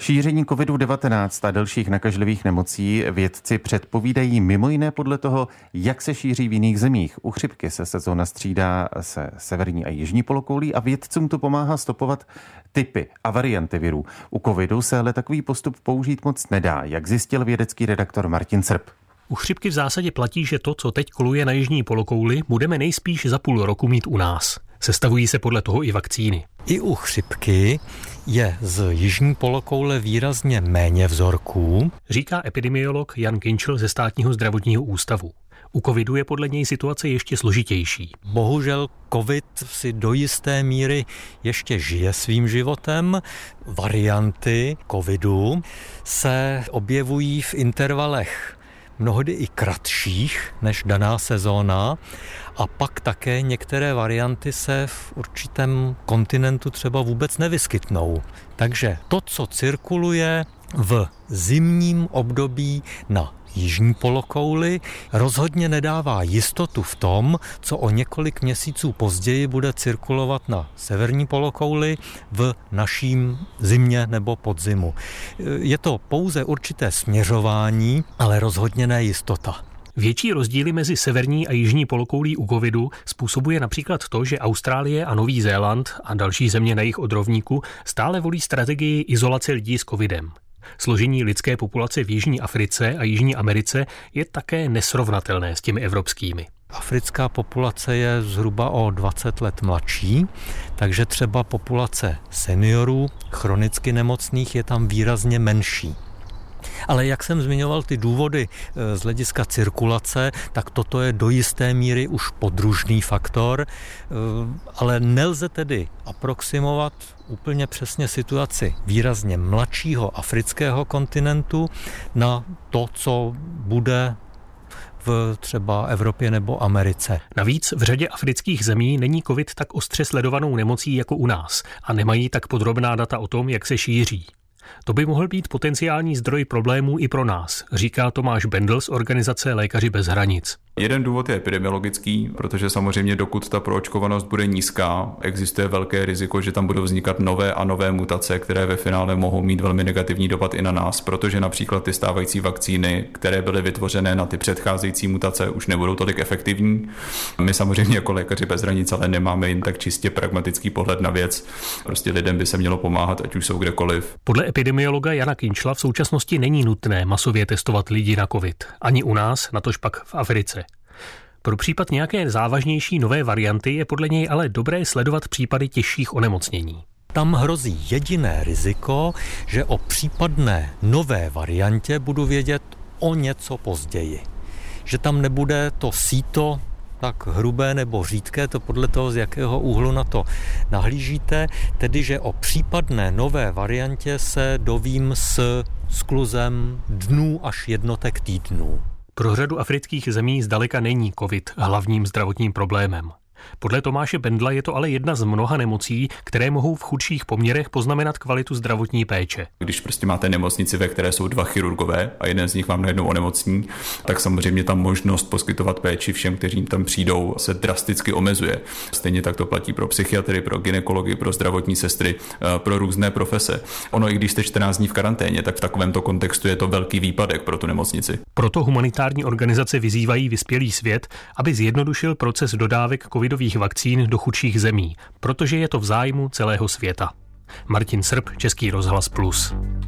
Šíření COVID-19 a dalších nakažlivých nemocí vědci předpovídají mimo jiné podle toho, jak se šíří v jiných zemích. U chřipky se sezóna střídá se severní a jižní polokoulí a vědcům to pomáhá stopovat typy a varianty virů. U covidu se ale takový postup použít moc nedá, jak zjistil vědecký redaktor Martin Srb. U chřipky v zásadě platí, že to, co teď koluje na jižní polokouli, budeme nejspíš za půl roku mít u nás. Sestavují se podle toho i vakcíny. I u chřipky je z jižní polokoule výrazně méně vzorků, říká epidemiolog Jan Kinčl ze Státního zdravotního ústavu. U covidu je podle něj situace ještě složitější. Bohužel covid si do jisté míry ještě žije svým životem. Varianty covidu se objevují v intervalech mnohdy i kratších než daná sezóna a pak také některé varianty se v určitém kontinentu třeba vůbec nevyskytnou. Takže to, co cirkuluje v zimním období na jižní polokouli, rozhodně nedává jistotu v tom, co o několik měsíců později bude cirkulovat na severní polokouli v naším zimě nebo podzimu. Je to pouze určité směřování, ale rozhodně ne jistota. Větší rozdíly mezi severní a jižní polokoulí u covidu způsobuje například to, že Austrálie a Nový Zéland a další země na jih od rovníku stále volí strategii izolace lidí s covidem. Složení lidské populace v Jižní Africe a Jižní Americe je také nesrovnatelné s těmi evropskými. Africká populace je zhruba o 20 let mladší, takže třeba populace seniorů, chronicky nemocných je tam výrazně menší. Ale jak jsem zmiňoval ty důvody z hlediska cirkulace, tak toto je do jisté míry už podružný faktor, ale nelze tedy aproximovat úplně přesně situaci výrazně mladšího afrického kontinentu na to, co bude v třeba Evropě nebo Americe. Navíc v řadě afrických zemí není covid tak ostře sledovanou nemocí jako u nás a nemají tak podrobná data o tom, jak se šíří. To by mohl být potenciální zdroj problémů i pro nás, říká Tomáš Bendl z organizace Lékaři bez hranic. Jeden důvod je epidemiologický, protože samozřejmě dokud ta proočkovanost bude nízká, existuje velké riziko, že tam budou vznikat nové a nové mutace, které ve finále mohou mít velmi negativní dopad i na nás, protože například ty stávající vakcíny, které byly vytvořené na ty předcházející mutace, už nebudou tolik efektivní. My samozřejmě jako Lékaři bez hranic ale nemáme jen tak čistě pragmatický pohled na věc. Prostě lidem by se mělo pomáhat, ať už jsou kdekoliv. Podle epidemiologa Jana Kinčla v současnosti není nutné masově testovat lidi na covid. Ani u nás, natož pak v Africe. Pro případ nějaké závažnější nové varianty je podle něj ale dobré sledovat případy těžších onemocnění. Tam hrozí jediné riziko, že o případné nové variantě budu vědět o něco později. Že tam nebude to síto tak hrubé nebo řídké, to podle toho, z jakého úhlu na to nahlížíte, tedy že o případné nové variantě se dovím s skluzem dnů až jednotek týdnů. Pro řadu afrických zemí zdaleka není covid hlavním zdravotním problémem. Podle Tomáše Bendla je to ale jedna z mnoha nemocí, které mohou v chudších poměrech poznamenat kvalitu zdravotní péče. Když prostě máte nemocnici, ve které jsou 2 chirurgové a jeden z nich vám najednou onemocní, tak samozřejmě ta možnost poskytovat péči všem, kteří tam přijdou, se drasticky omezuje. Stejně tak to platí pro psychiatry, pro gynekology, pro zdravotní sestry, pro různé profese. Ono, i když jste 14 dní v karanténě, tak v takovémto kontextu je to velký výpadek pro tu nemocnici. Proto humanitární organizace vyzývají vyspělý svět, aby zjednodušil proces dodávek covidových vakcín do chudších zemí, protože je to v zájmu celého světa. Martin Srb, Český rozhlas Plus.